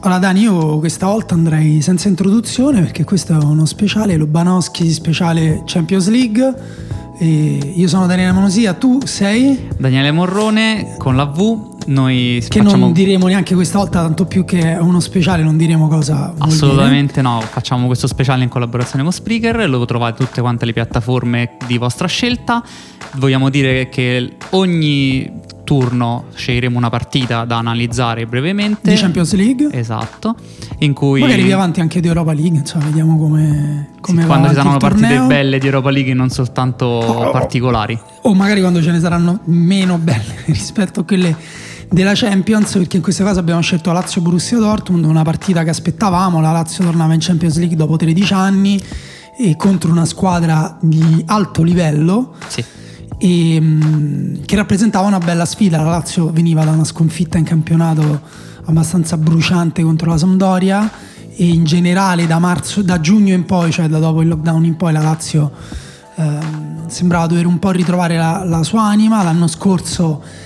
Allora Dani, io questa volta andrei senza introduzione perché questo è uno speciale Lobanowski speciale Champions League. E io sono Daniele Monosia, tu sei? Daniele Morrone con la V. Noi che non diremo neanche questa volta, tanto più che è uno speciale, non diremo cosa vuol assolutamente dire. No, facciamo questo speciale in collaborazione con Spreaker, lo trovate tutte quante le piattaforme di vostra scelta. Vogliamo dire che ogni turno sceglieremo una partita da analizzare brevemente di Champions League, esatto, in cui magari più avanti anche di Europa League, insomma, vediamo come sì, va quando ci saranno partite torneo. Belle di Europa League, non soltanto particolari, o magari quando ce ne saranno meno belle rispetto a quelle della Champions, perché in questo caso abbiamo scelto Lazio-Borussia Dortmund, una partita che aspettavamo. La Lazio tornava in Champions League dopo 13 anni e contro una squadra di alto livello, sì, e che rappresentava una bella sfida. La Lazio veniva da una sconfitta in campionato abbastanza bruciante contro la Sampdoria, e in generale da giugno in poi, cioè da dopo il lockdown in poi, la Lazio sembrava dover un po' ritrovare la sua anima. L'anno scorso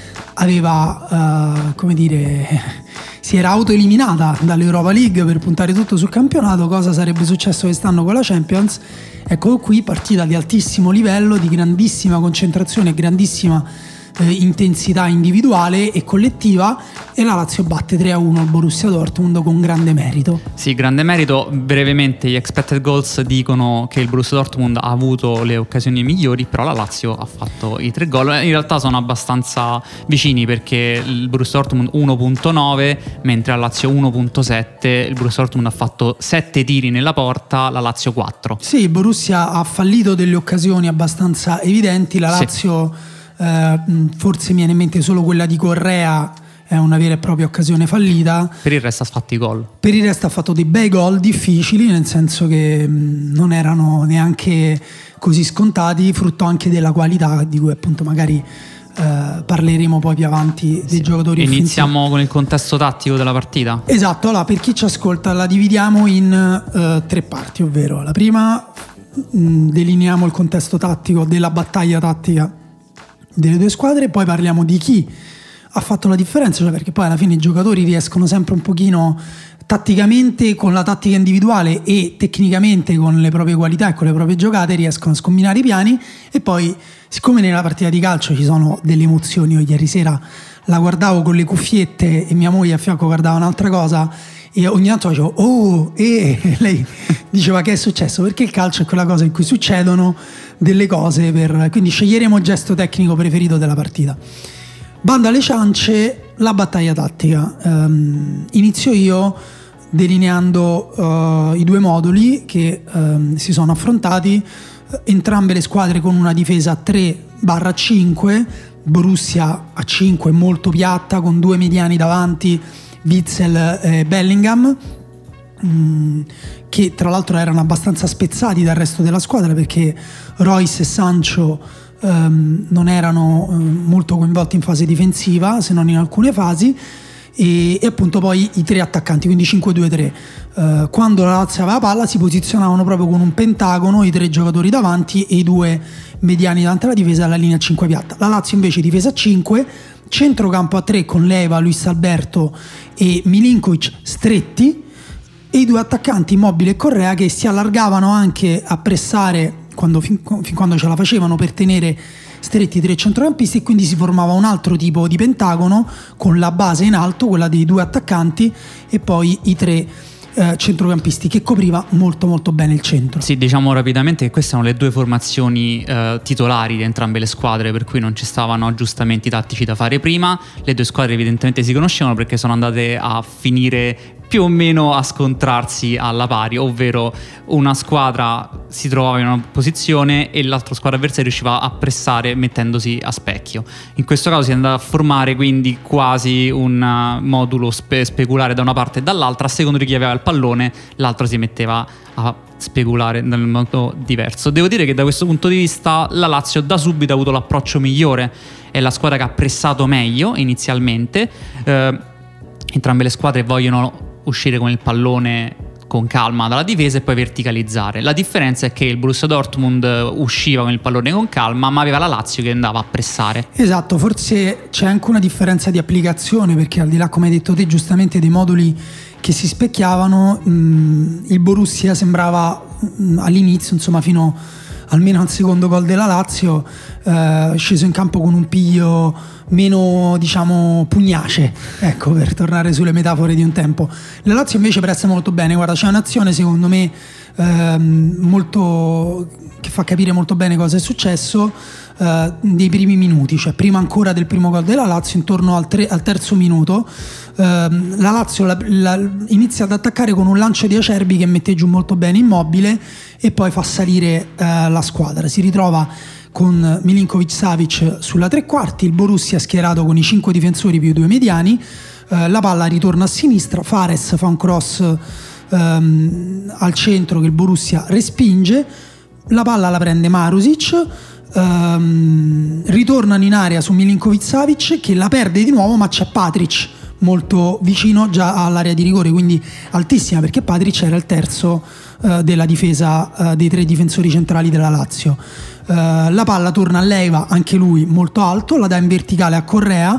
aveva, si era autoeliminata dall'Europa League per puntare tutto sul campionato. Cosa sarebbe successo quest'anno con la Champions? Eccolo qui, partita di altissimo livello, di grandissima concentrazione, grandissima intensità individuale e collettiva, e la Lazio batte 3-1 il Borussia Dortmund con grande merito. Sì, grande merito. Brevemente, gli expected goals dicono che il Borussia Dortmund ha avuto le occasioni migliori, però la Lazio ha fatto i 3 gol. In realtà sono abbastanza vicini, perché il Borussia Dortmund 1.9 mentre la Lazio 1.7. Il Borussia Dortmund ha fatto 7 tiri nella porta, la Lazio 4. Sì, il Borussia ha fallito delle occasioni abbastanza evidenti, la Lazio sì. Forse mi viene in mente solo quella di Correa, è una vera e propria occasione fallita. Per il resto ha fatto i gol. Per il resto ha fatto dei bei gol difficili, nel senso che non erano neanche così scontati, frutto anche della qualità di cui appunto magari parleremo poi più avanti dei giocatori offensivi. Iniziamo con il contesto tattico della partita. Esatto, allora per chi ci ascolta la dividiamo in 3 parti, ovvero la prima delineiamo il contesto tattico della battaglia tattica delle 2 squadre, poi parliamo di chi ha fatto la differenza, cioè perché poi alla fine i giocatori riescono sempre un pochino tatticamente con la tattica individuale e tecnicamente con le proprie qualità e con le proprie giocate riescono a scombinare i piani. E poi, siccome nella partita di calcio ci sono delle emozioni, io ieri sera la guardavo con le cuffiette e mia moglie a fianco guardava un'altra cosa e ogni tanto facevo oh, e lei diceva che è successo, perché il calcio è quella cosa in cui succedono delle cose, quindi sceglieremo il gesto tecnico preferito della partita. Bando alle ciance, la battaglia tattica. Inizio io delineando i 2 moduli che si sono affrontati, entrambe le squadre con una difesa a 3/5, Borussia a 5 molto piatta con 2 mediani davanti, Witsel e Bellingham, che tra l'altro erano abbastanza spezzati dal resto della squadra perché Royce e Sancho non erano molto coinvolti in fase difensiva, se non in alcune fasi, e appunto poi i 3 attaccanti, quindi 5-2-3. Quando la Lazio aveva palla si posizionavano proprio con un pentagono, i 3 giocatori davanti e i 2 mediani davanti alla difesa, alla linea 5 piatta. La Lazio invece difesa a 5, centrocampo a 3 con Leva, Luis Alberto e Milinkovic stretti, e i 2 attaccanti Immobile e Correa che si allargavano anche a pressare fin quando ce la facevano per tenere stretti i 3 centrocampisti, e quindi si formava un altro tipo di pentagono con la base in alto, quella dei 2 attaccanti, e poi i 3 centrocampisti, che copriva molto molto bene il centro. Sì, diciamo rapidamente che queste sono le 2 formazioni titolari di entrambe le squadre, per cui non ci stavano aggiustamenti tattici da fare prima. Le 2 squadre evidentemente si conoscevano perché sono andate a finire più o meno a scontrarsi alla pari, ovvero una squadra si trovava in una posizione e l'altra squadra avversaria riusciva a pressare mettendosi a specchio. In questo caso si è andato a formare quindi quasi un modulo speculare da una parte e dall'altra, a seconda di chi aveva il pallone l'altro si metteva a speculare nel modo diverso. Devo dire che da questo punto di vista la Lazio da subito ha avuto l'approccio migliore, è la squadra che ha pressato meglio inizialmente. Entrambe le squadre vogliono uscire con il pallone con calma dalla difesa e poi verticalizzare. La differenza è che il Borussia Dortmund usciva con il pallone con calma, ma aveva la Lazio che andava a pressare. Esatto, forse c'è anche una differenza di applicazione, perché al di là, come hai detto te giustamente, dei moduli che si specchiavano. Il Borussia sembrava all'inizio, insomma fino almeno al secondo gol della Lazio, sceso in campo con un piglio meno, diciamo, pugnace, ecco, per tornare sulle metafore di un tempo. La Lazio invece presta molto bene. Guarda, c'è un'azione secondo me molto, che fa capire molto bene cosa è successo nei primi minuti, cioè prima ancora del primo gol della Lazio, intorno al terzo minuto. La Lazio inizia ad attaccare con un lancio di Acerbi che mette giù molto bene Immobile e poi fa salire la squadra. Si ritrova con Milinkovic-Savic sulla tre quarti, il Borussia schierato con i 5 difensori più 2 mediani, la palla ritorna a sinistra, Fares fa un cross al centro che il Borussia respinge, la palla la prende Marusic, ritornano in area su Milinkovic-Savic che la perde di nuovo, ma c'è Patric molto vicino già all'area di rigore, quindi altissima, perché Patric era il terzo della difesa dei 3 difensori centrali della Lazio. La palla torna a Leiva, anche lui molto alto, la dà in verticale a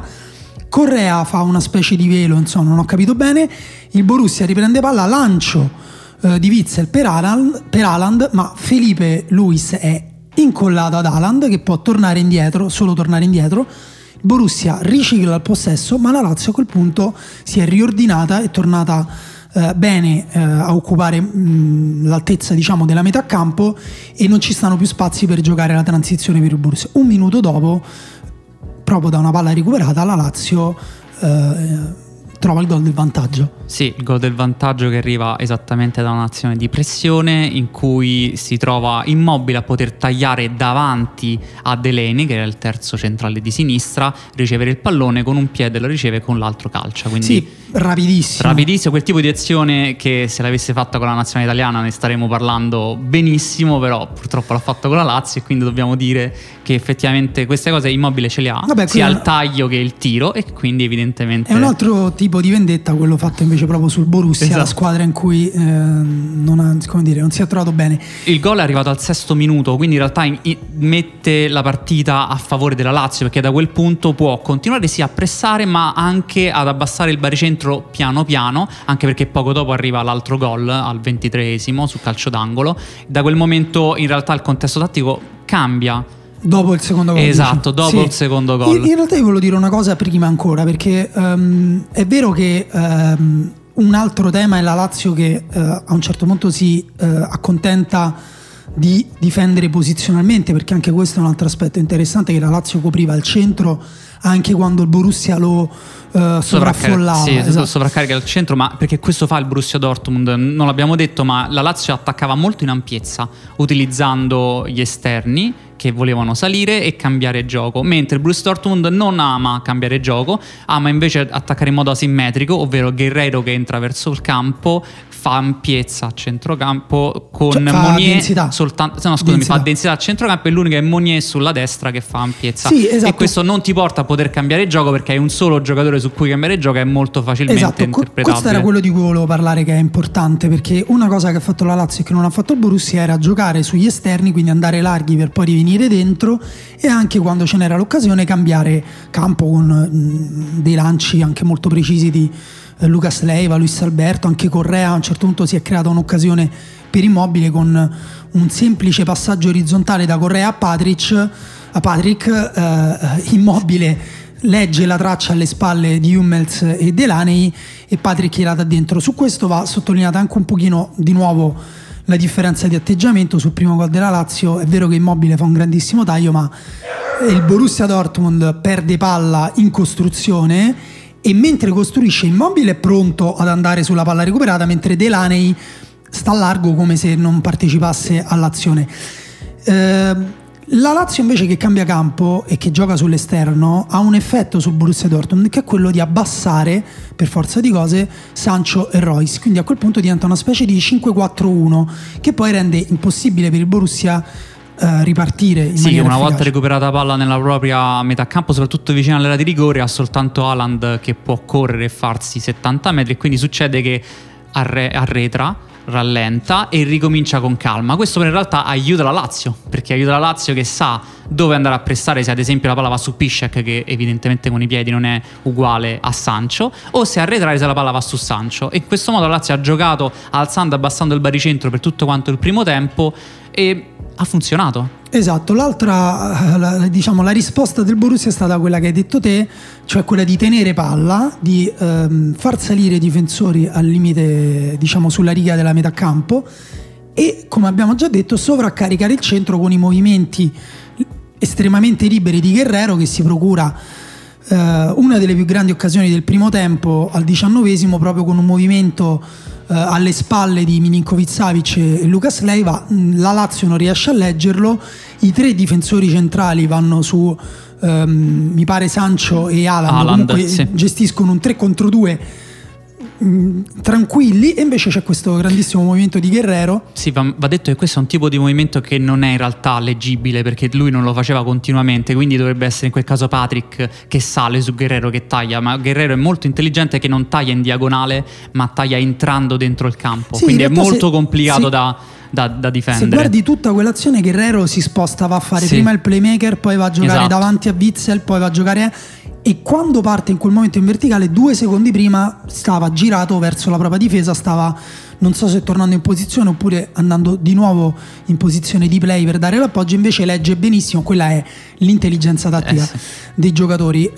Correa fa una specie di velo, insomma non ho capito bene. Il Borussia riprende palla, lancio di Witsel per Haaland, ma Felipe Luis è incollato ad Haaland che può solo tornare indietro. Il Borussia ricicla il possesso, ma la Lazio a quel punto si è riordinata, è tornata bene a occupare l'altezza, diciamo, della metà campo, e non ci stanno più spazi per giocare la transizione per il Borussia. Un minuto dopo, proprio da una palla recuperata, la Lazio trova il gol del vantaggio. Sì, il gol del vantaggio che arriva esattamente da un'azione di pressione in cui si trova Immobile a poter tagliare davanti a Delaney, che era il terzo centrale di sinistra, ricevere il pallone con un piede, lo riceve, con l'altro calcia. Quindi sì, rapidissimo, quel tipo di azione che se l'avesse fatta con la nazionale italiana ne staremo parlando benissimo, però purtroppo l'ha fatto con la Lazio, e quindi dobbiamo dire che effettivamente queste cose Immobile ce le ha, sia il taglio che il tiro, e quindi evidentemente è un altro tipo di vendetta quello fatto invece proprio sul Borussia, esatto. La squadra in cui non si è trovato bene. Il gol è arrivato al 6° minuto, quindi in realtà mette la partita a favore della Lazio, perché da quel punto può continuare sia a pressare ma anche ad abbassare il baricentro piano piano, anche perché poco dopo arriva l'altro gol al 23esimo su calcio d'angolo. Da quel momento in realtà il contesto tattico cambia. Dopo il secondo gol. Esatto, dopo il secondo gol. In realtà io volevo dire una cosa prima ancora, perché è vero che un altro tema è la Lazio che a un certo punto si accontenta di difendere posizionalmente, perché anche questo è un altro aspetto interessante, che la Lazio copriva il centro anche quando il Borussia lo sovraffollava. Sì, esatto. Sovraccarica al centro, ma perché questo fa il Borussia Dortmund, non l'abbiamo detto, ma la Lazio attaccava molto in ampiezza utilizzando gli esterni che volevano salire e cambiare gioco, mentre il Borussia Dortmund non ama cambiare gioco, ama invece attaccare in modo asimmetrico, ovvero Guerreiro che entra verso il campo fa ampiezza a centrocampo con Meunier soltanto, fa densità a centrocampo, e l'unica è Meunier sulla destra che fa ampiezza. Sì, esatto. E questo non ti porta a poter cambiare gioco, perché hai un solo giocatore su cui cambiare gioco, è molto facilmente interpretabile. Questo era quello di cui volevo parlare, che è importante, perché una cosa che ha fatto la Lazio e che non ha fatto il Borussia era giocare sugli esterni, quindi andare larghi per poi rivenire dentro, e anche quando ce n'era l'occasione cambiare campo con dei lanci anche molto precisi di Lucas Leiva, Luis Alberto, anche Correa. A un certo punto si è creata un'occasione per Immobile con un semplice passaggio orizzontale da Correa a Patric. Immobile legge la traccia alle spalle di Hummels e Delaney e Patric gliela dà dentro. Su questo va sottolineata anche un pochino di nuovo la differenza di atteggiamento. Sul primo gol della Lazio è vero che Immobile fa un grandissimo taglio, ma il Borussia Dortmund perde palla in costruzione, e mentre costruisce Immobile è pronto ad andare sulla palla recuperata, mentre Delaney sta a largo come se non partecipasse all'azione. La Lazio invece, che cambia campo e che gioca sull'esterno, ha un effetto sul Borussia Dortmund, che è quello di abbassare per forza di cose Sancho e Reus, quindi a quel punto diventa una specie di 5-4-1 che poi rende impossibile per il Borussia ripartire in maniera una efficace. volta recuperata palla nella propria metà campo, soprattutto vicino all'area di rigore, ha soltanto Haaland che può correre e farsi 70 metri, e quindi succede che arretra rallenta e ricomincia con calma. Questo però in realtà aiuta la Lazio, perché aiuta la Lazio che sa dove andare a pressare, se ad esempio la palla va su Piszczek, che evidentemente con i piedi non è uguale a Sancho, o se arretrare se la palla va su Sancho. E in questo modo la Lazio ha giocato alzando e abbassando il baricentro per tutto quanto il primo tempo e ha funzionato. Esatto, l'altra, diciamo, la risposta del Borussia è stata quella che hai detto te, cioè quella di tenere palla, di far salire i difensori al limite, diciamo, sulla riga della metà campo e, come abbiamo già detto, sovraccaricare il centro con i movimenti estremamente liberi di Guerrero, che si procura una delle più grandi occasioni del primo tempo al 19esimo, proprio con un movimento alle spalle di Milinkovic-Savic e Lucas Leiva. La Lazio non riesce a leggerlo, i tre difensori centrali vanno su mi pare Sancho e Haaland comunque sì, gestiscono un 3 contro 2 tranquilli, e invece c'è questo grandissimo movimento di Guerrero. Sì, va detto che questo è un tipo di movimento che non è in realtà leggibile, perché lui non lo faceva continuamente, quindi dovrebbe essere in quel caso Patrick che sale su Guerrero che taglia, ma Guerrero è molto intelligente, che non taglia in diagonale ma taglia entrando dentro il campo, sì, quindi è molto complicato da difendere. Se guardi tutta quell'azione, Guerrero si sposta, va a fare prima il playmaker, poi va a giocare davanti a Witsel, poi va a giocare e quando parte in quel momento in verticale 2 secondi prima stava girato verso la propria difesa, stava, non so se tornando in posizione oppure andando di nuovo in posizione di play per dare l'appoggio. Invece legge benissimo, quella è l'intelligenza tattica dei giocatori.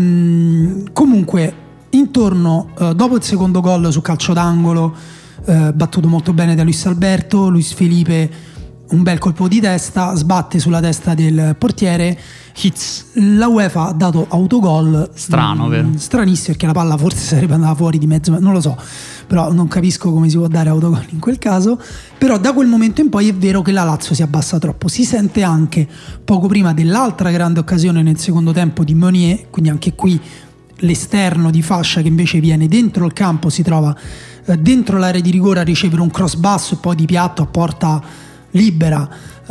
Comunque intorno, dopo il secondo gol su calcio d'angolo battuto molto bene da Luis Alberto, Luis Felipe un bel colpo di testa, sbatte sulla testa del portiere. Hits. La UEFA ha dato autogol. Strano, vero? Stranissimo, perché la palla forse sarebbe andata fuori di mezzo, non lo so, però non capisco come si può dare autogol in quel caso. Però da quel momento in poi è vero che la Lazio si abbassa troppo. Si sente anche poco prima dell'altra grande occasione nel secondo tempo di Meunier, quindi anche qui l'esterno di fascia che invece viene dentro il campo, si trova dentro l'area di rigore a ricevere un cross basso e poi di piatto a porta libera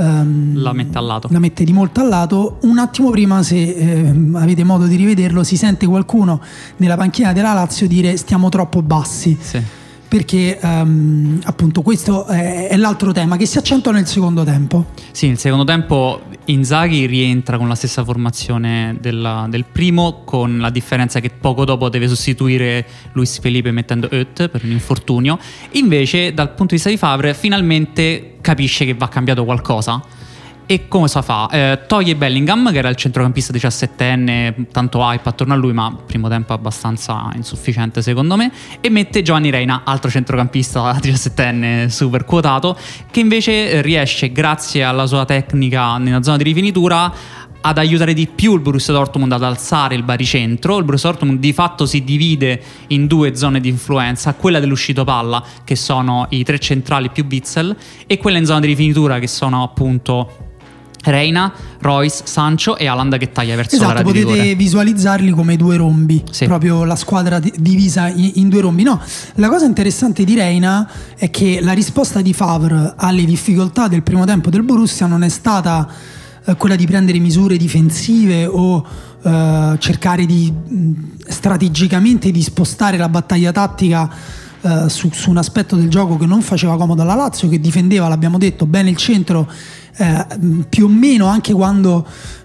la mette al lato, la mette di molto al lato. Un attimo prima, se avete modo di rivederlo, si sente qualcuno nella panchina della Lazio dire stiamo troppo bassi, perché appunto questo è l'altro tema che si accentua nel secondo tempo. Sì, nel secondo tempo Inzaghi rientra con la stessa formazione del primo, con la differenza che poco dopo deve sostituire Luis Felipe mettendo Euth per un infortunio. Invece dal punto di vista di Favre finalmente capisce che va cambiato qualcosa. E come sa fa? Toglie Bellingham, che era il centrocampista 17enne, tanto hype attorno a lui, ma primo tempo abbastanza insufficiente secondo me, e mette Giovanni Reina, altro centrocampista 17enne super quotato, che invece riesce, grazie alla sua tecnica nella zona di rifinitura, ad aiutare di più il Borussia Dortmund ad alzare il baricentro. Il Borussia Dortmund di fatto si divide in due zone di influenza, quella dell'uscito palla, che sono i tre centrali più Witsel, e quella in zona di rifinitura, che sono appunto Reina, Royce, Sancho e Haaland che taglia verso l'area di rigore. Potete visualizzarli come due rombi, proprio la squadra divisa in due rombi. No, la cosa interessante di Reina è che la risposta di Favre alle difficoltà del primo tempo del Borussia non è stata quella di prendere misure difensive o cercare di strategicamente di spostare la battaglia tattica su un aspetto del gioco che non faceva comodo alla Lazio, che difendeva, l'abbiamo detto, bene il centro, più o meno anche quando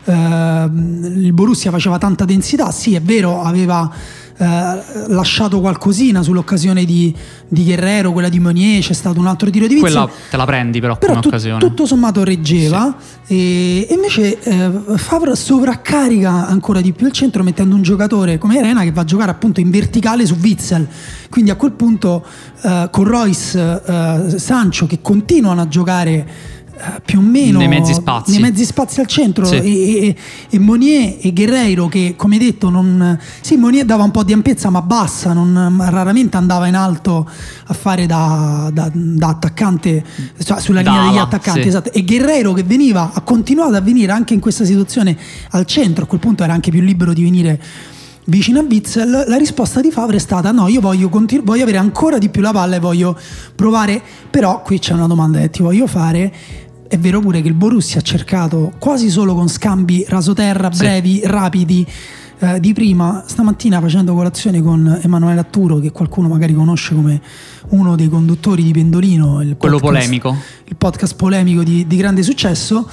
il Borussia faceva tanta densità. Sì, è vero, aveva lasciato qualcosina sull'occasione di Guerrero, quella di Meunier, c'è stato un altro tiro di Witsel, quella te la prendi però come occasione, tutto sommato reggeva, e invece Favre sovraccarica ancora di più il centro mettendo un giocatore come Reina che va a giocare appunto in verticale su Witsel. Quindi a quel punto con Royce, Sancho che continuano a giocare più o meno nei mezzi spazi al centro, e Meunier e Guerreiro che, come detto, Meunier dava un po' di ampiezza ma bassa, raramente andava in alto a fare da attaccante, cioè sulla linea degli attaccanti, esatto. E Guerreiro che ha continuato a venire anche in questa situazione al centro, a quel punto era anche più libero di venire vicino a Witsel. La risposta di Favre è stata: no, io voglio avere ancora di più la palla e voglio provare. Però qui c'è una domanda che ti voglio fare. È vero pure che il Borussia ha cercato quasi solo con scambi rasoterra, brevi, rapidi, di prima. Stamattina, facendo colazione con Emanuele Atturo, che qualcuno magari conosce come uno dei conduttori di Pendolino, quello polemico, il podcast polemico di grande successo,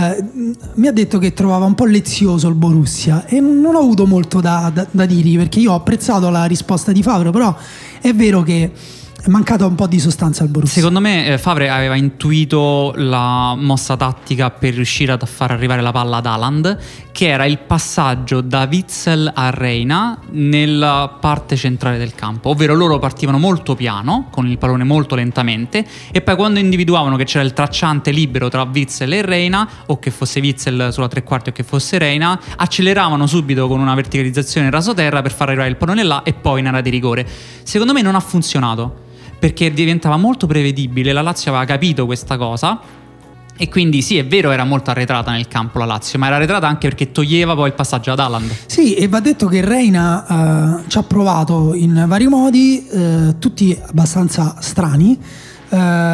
mi ha detto che trovava un po' lezioso il Borussia, e non ho avuto molto da dirgli, perché io ho apprezzato la risposta di Favre, però è vero che è mancata un po' di sostanza al Borussia. Secondo me Favre aveva intuito la mossa tattica per riuscire a far arrivare la palla ad Haaland, che era il passaggio da Witsel a Reina nella parte centrale del campo, ovvero loro partivano molto piano, con il pallone molto lentamente, e poi quando individuavano che c'era il tracciante libero tra Witsel e Reina, o che fosse Witsel sulla tre quarti o che fosse Reina, acceleravano subito con una verticalizzazione rasoterra per far arrivare il pallone là e poi in area di rigore. Secondo me non ha funzionato, perché diventava molto prevedibile, la Lazio aveva capito questa cosa, e quindi sì, è vero, era molto arretrata nel campo la Lazio, ma era arretrata anche perché toglieva poi il passaggio ad Haaland. Sì, e va detto che Reina ci ha provato in vari modi, tutti abbastanza strani. Ci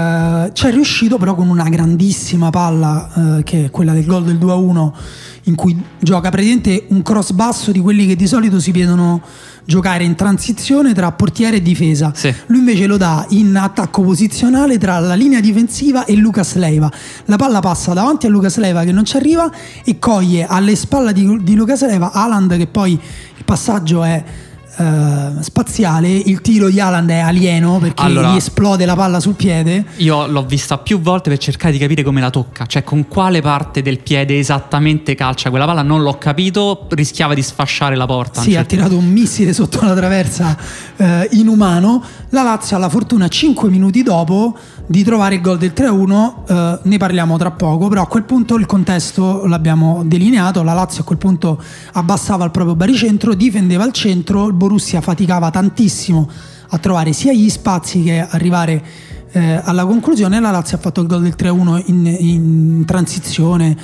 è riuscito però con una grandissima palla, che è quella del gol del 2-1, in cui gioca praticamente un cross basso di quelli che di solito si vedono giocare in transizione tra portiere e difesa. Sì. Lui invece lo dà in attacco posizionale tra la linea difensiva e Lucas Leiva. La palla passa davanti a Lucas Leiva che non ci arriva, e coglie alle spalle di Lucas Leiva Haaland, che poi il passaggio è spaziale, il tiro di Haaland è alieno perché gli esplode la palla sul piede. Io l'ho vista più volte per cercare di capire come la tocca, cioè con quale parte del piede esattamente calcia quella palla, non l'ho capito, rischiava di sfasciare la porta. Sì, ha tirato un missile sotto la traversa inumano. La Lazio ha la fortuna 5 minuti dopo di trovare il gol del 3-1, ne parliamo tra poco, però a quel punto il contesto l'abbiamo delineato. La Lazio a quel punto abbassava il proprio baricentro, difendeva il centro, il Borussia faticava tantissimo a trovare sia gli spazi che arrivare alla conclusione. La Lazio ha fatto il gol del 3-1 in transizione,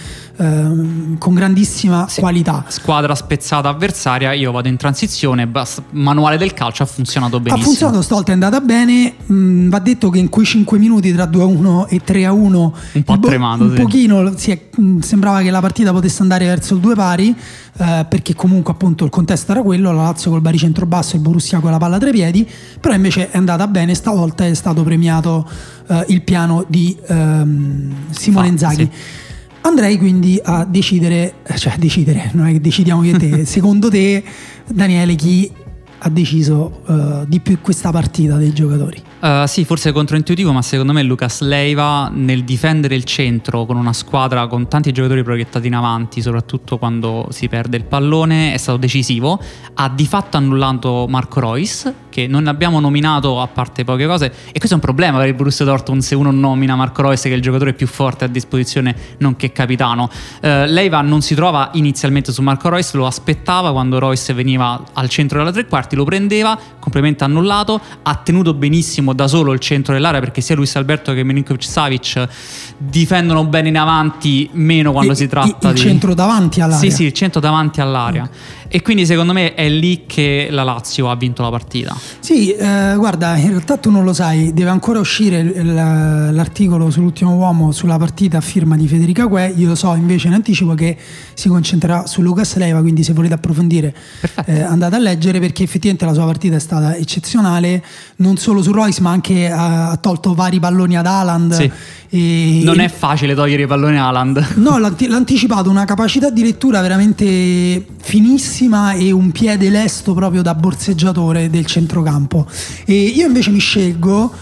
con grandissima qualità. Squadra spezzata avversaria, io vado in transizione, manuale del calcio, ha funzionato benissimo. Ha funzionato, stavolta è andata bene. Va detto che in quei 5 minuti tra 2-1 e 3-1 un po' tremato, un pochino sembrava che la partita potesse andare verso il 2 pari, perché comunque appunto il contesto era quello, la Lazio col baricentro basso e il Borussia con la palla tra i piedi, però invece è andata bene. Stavolta è stato premiato il piano di Simone Inzaghi. Sì. Andrei quindi a decidere, non è che decidiamo io e te. Secondo te, Daniele, chi ha deciso di più questa partita dei giocatori? Sì, forse è controintuitivo, ma secondo me Lucas Leiva nel difendere il centro con una squadra con tanti giocatori proiettati in avanti, soprattutto quando si perde il pallone, è stato decisivo. Ha di fatto annullato Marco Reus, che non abbiamo nominato a parte poche cose, e questo è un problema per il Borussia Dortmund se uno nomina Marco Reus, che è il giocatore più forte a disposizione nonché capitano. Leiva non si trova inizialmente su Marco Reus, lo aspettava quando Reus veniva al centro della tre quarti, lo prendeva, completamente annullato, ha tenuto benissimo da solo il centro dell'area, perché sia Luis Alberto che Milinkovic-Savic difendono bene in avanti, meno quando si tratta il centro davanti all'area. Sì, il centro davanti all'area. Okay. E quindi secondo me è lì che la Lazio ha vinto la partita. Sì, guarda, in realtà tu non lo sai, deve ancora uscire l'articolo sull'ultimo uomo sulla partita a firma di Federica Guè. Io lo so invece in anticipo che si concentrerà su Lucas Leiva, quindi se volete approfondire andate a leggere, perché effettivamente la sua partita è stata eccezionale, non solo su Reus ma anche ha tolto vari palloni ad Haaland. Sì. Non è facile togliere i palloni a Haaland. No, l'ha anticipato, una capacità di lettura veramente finissima e un piede lesto proprio da borseggiatore del centrocampo. E io invece mi scelgo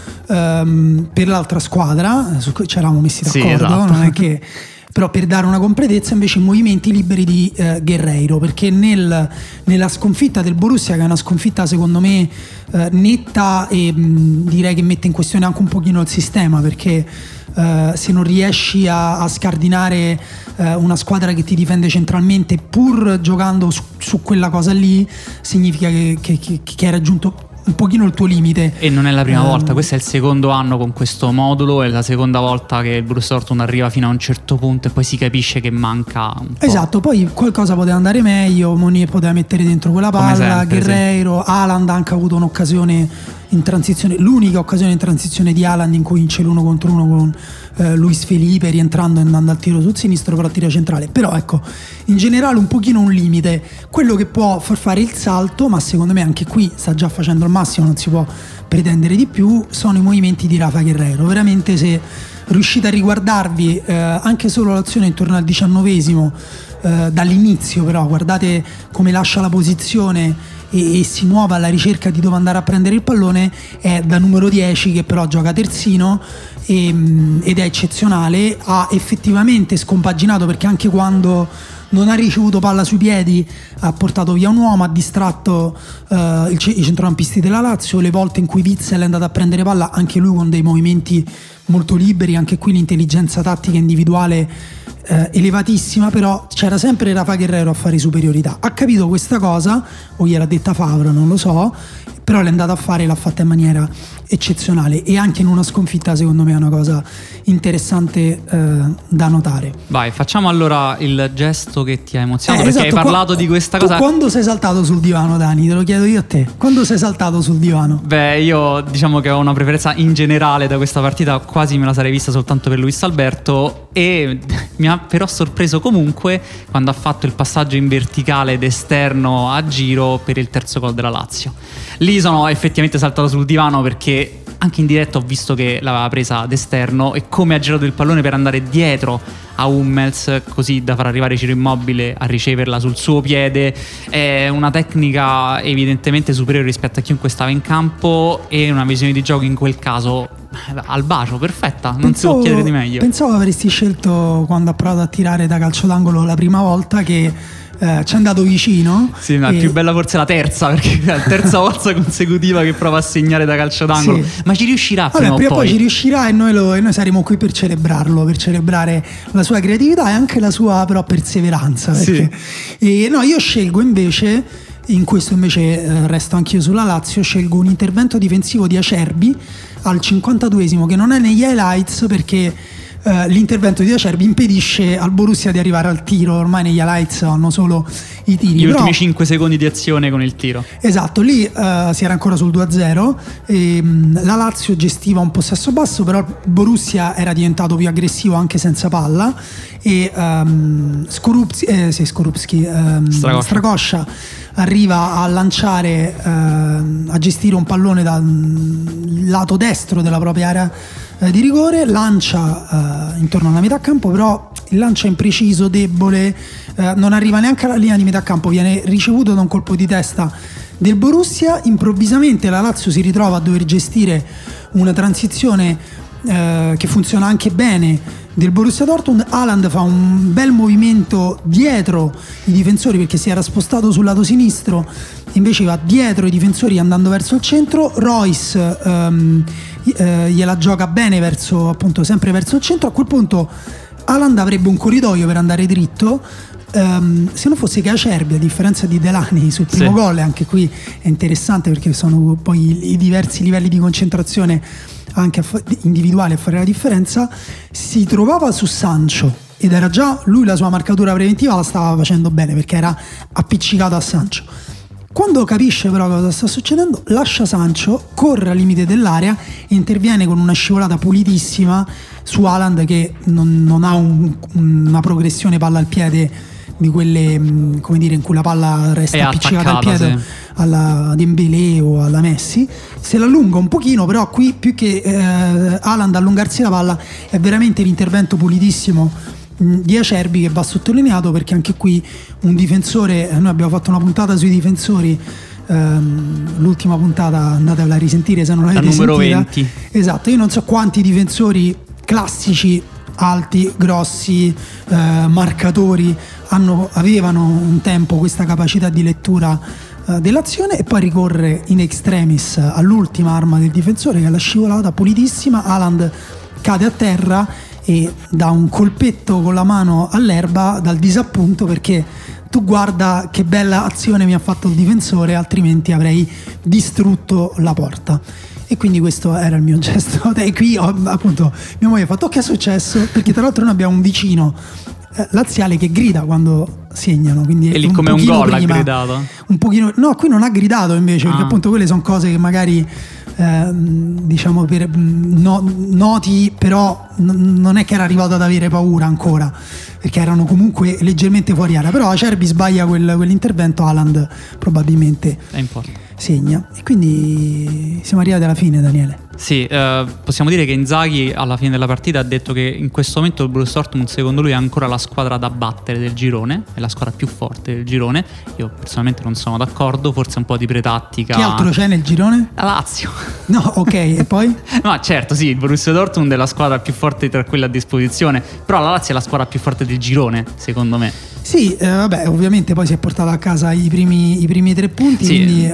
per l'altra squadra, su cui ci eravamo messi d'accordo, sì, esatto. Non è che... però per dare una completezza invece i movimenti liberi di Guerreiro, perché nella sconfitta del Borussia, che è una sconfitta secondo me netta, e direi che mette in questione anche un pochino il sistema, perché se non riesci a scardinare una squadra che ti difende centralmente pur giocando su quella cosa lì, significa che hai raggiunto un pochino il tuo limite. E non è la prima volta, questo è il secondo anno con questo modulo, è la seconda volta che il Borussia Dortmund arriva fino a un certo punto e poi si capisce che manca un po'. Esatto, poi qualcosa poteva andare meglio, Monier poteva mettere dentro quella palla, sempre, Guerreiro, sì. Haaland ha anche avuto un'occasione in transizione, l'unica occasione in transizione di Haaland in cui vince l'1 contro 1 con Luis Felipe rientrando e andando al tiro sul sinistro, però tiro centrale. Però ecco, in generale un pochino un limite, quello che può far fare il salto, ma secondo me anche qui sta già facendo il massimo, non si può pretendere di più, sono i movimenti di Rafa Guerreiro. Veramente, se riuscite a riguardarvi anche solo l'azione intorno al 19esimo, dall'inizio, però guardate come lascia la posizione e si muove alla ricerca di dove andare a prendere il pallone, è da numero 10 che però gioca terzino ed è eccezionale. Ha effettivamente scompaginato, perché anche quando non ha ricevuto palla sui piedi ha portato via un uomo, ha distratto i centrocampisti della Lazio. Le volte in cui Witsel è andato a prendere palla, anche lui con dei movimenti molto liberi, anche qui l'intelligenza tattica individuale elevatissima, però c'era sempre Rafa Guerreiro a fare superiorità. Ha capito questa cosa, o gliel'ha detta Favre, non lo so, però l'ha andata a fare, l'ha fatta in maniera eccezionale, e anche in una sconfitta secondo me è una cosa interessante da notare. Vai, facciamo allora il gesto che ti ha emozionato, perché esatto, hai parlato di questa cosa. Quando sei saltato sul divano, Dani? Te lo chiedo io a te. Quando sei saltato sul divano? Beh, io diciamo che ho una preferenza in generale da questa partita, quasi me la sarei vista soltanto per Luis Alberto, e mi ha però sorpreso comunque quando ha fatto il passaggio in verticale d'esterno a giro per il terzo gol della Lazio. Lì sono effettivamente saltato sul divano, perché anche in diretta ho visto che l'aveva presa d'esterno e come ha girato il pallone per andare dietro a Hummels, così da far arrivare Ciro Immobile a riceverla sul suo piede. È una tecnica evidentemente superiore rispetto a chiunque stava in campo, e una visione di gioco in quel caso al bacio, perfetta, non si può chiedere di meglio. Pensavo avresti scelto, quando ha provato a tirare da calcio d'angolo la prima volta, che ci è andato vicino. Sì, ma più bella forse la terza, perché è la terza volta consecutiva che prova a segnare da calcio d'angolo. Sì. Ma ci riuscirà prima o poi ci riuscirà, e noi saremo qui per celebrarlo, per celebrare la sua creatività e anche la sua però perseveranza, perché io scelgo invece, in questo invece resto anch'io sulla Lazio, scelgo un intervento difensivo di Acerbi al 52esimo, che non è negli highlights perché l'intervento di Acerbi impedisce al Borussia di arrivare al tiro. Ormai negli highlights hanno solo i tiri, gli ultimi 5 secondi di azione con il tiro. Esatto, lì si era ancora sul 2-0 e la Lazio gestiva un possesso basso, però il Borussia era diventato più aggressivo anche senza palla, e Strakosha arriva a lanciare, a gestire un pallone dal lato destro della propria area di rigore, lancia intorno alla metà campo, però il lancio è impreciso, debole, non arriva neanche alla linea di metà campo, viene ricevuto da un colpo di testa del Borussia. Improvvisamente la Lazio si ritrova a dover gestire una transizione che funziona anche bene del Borussia Dortmund. Haaland fa un bel movimento dietro i difensori, perché si era spostato sul lato sinistro, invece va dietro i difensori andando verso il centro. Royce gliela gioca bene appunto sempre verso il centro. A quel punto Haaland avrebbe un corridoio per andare dritto, se non fosse che Acerbi, a differenza di Delaney sul primo gol, anche qui è interessante perché sono poi i diversi livelli di concentrazione anche individuali a fare la differenza, si trovava su Sancho, ed era già lui, la sua marcatura preventiva la stava facendo bene perché era appiccicato a Sancho. Quando capisce però cosa sta succedendo, lascia Sancho, corre al limite dell'area e interviene con una scivolata pulitissima su Haaland, che non ha una progressione palla al piede di quelle, come dire, in cui la palla resta appiccicata al piede, alla Dembélé o alla Messi. Se l'allunga un pochino, però qui più che Haaland allungarsi la palla è veramente l'intervento pulitissimo di Acerbi, che va sottolineato, perché anche qui un difensore, noi abbiamo fatto una puntata sui difensori, l'ultima puntata andatevela a risentire se non l'avete sentita, numero 20. Esatto, io non so quanti difensori classici, alti, grossi, marcatori avevano un tempo questa capacità di lettura dell'azione, e poi ricorre in extremis all'ultima arma del difensore, che è la scivolata pulitissima. Haaland cade a terra e dà un colpetto con la mano all'erba dal disappunto, perché tu guarda che bella azione mi ha fatto il difensore, altrimenti avrei distrutto la porta. E quindi questo era il mio gesto. E qui appunto mia moglie ha fatto: che è successo? Perché tra l'altro noi abbiamo un vicino laziale che grida quando segnano, quindi E lì come un gol ha gridato? Un pochino, no, qui non ha gridato invece, perché appunto quelle sono cose che magari diciamo noti, però non è che era arrivato ad avere paura ancora, perché erano comunque leggermente fuori area. Però Acerbi sbaglia quell'intervento, Haaland probabilmente segna, e quindi siamo arrivati alla fine, Daniele. Sì, possiamo dire che Inzaghi alla fine della partita ha detto che in questo momento il Borussia Dortmund secondo lui è ancora la squadra da battere del girone, è la squadra più forte del girone. Io personalmente non sono d'accordo, forse un po' di pretattica. Chi altro c'è nel girone? La Lazio. No, ok, e poi? No, certo, sì, il Borussia Dortmund è la squadra più forte tra quelle a disposizione, però la Lazio è la squadra più forte del girone, secondo me. Sì, vabbè, ovviamente poi si è portato a casa i primi 3 punti, sì. Quindi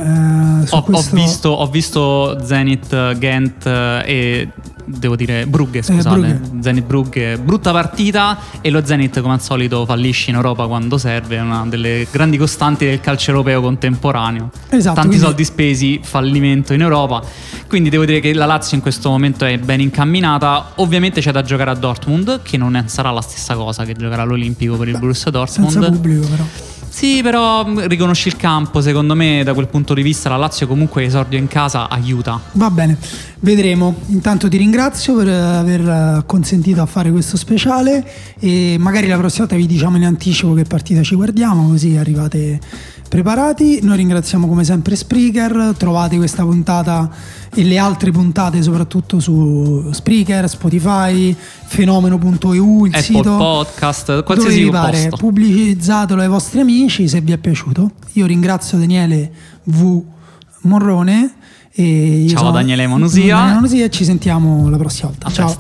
ho visto Zenit, Ghent e devo dire Brugge, scusate. Zenit Brugge, brutta partita, e lo Zenit come al solito fallisce in Europa quando serve, è una delle grandi costanti del calcio europeo contemporaneo. Esatto, tanti soldi spesi, fallimento in Europa. Quindi devo dire che la Lazio in questo momento è ben incamminata. Ovviamente c'è da giocare a Dortmund, che non sarà la stessa cosa che giocare all'Olimpico per il Borussia Dortmund. Senza pubblico però. Sì, però riconosci il campo, secondo me da quel punto di vista la Lazio comunque esordio in casa aiuta. Va bene, vedremo. Intanto ti ringrazio per aver consentito a fare questo speciale, e magari la prossima volta vi diciamo in anticipo che partita ci guardiamo, così arrivate preparati. Noi ringraziamo come sempre Spreaker, trovate questa puntata e le altre puntate soprattutto su Spreaker, Spotify, fenomeno.eu, il Apple sito, Podcast, qualsiasi posto. Pubblicizzatelo ai vostri amici se vi è piaciuto. Io ringrazio Daniele V. Morrone e ciao Daniele Monusia, e ci sentiamo la prossima volta. Ciao.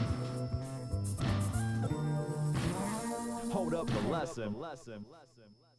Hold up the lesson.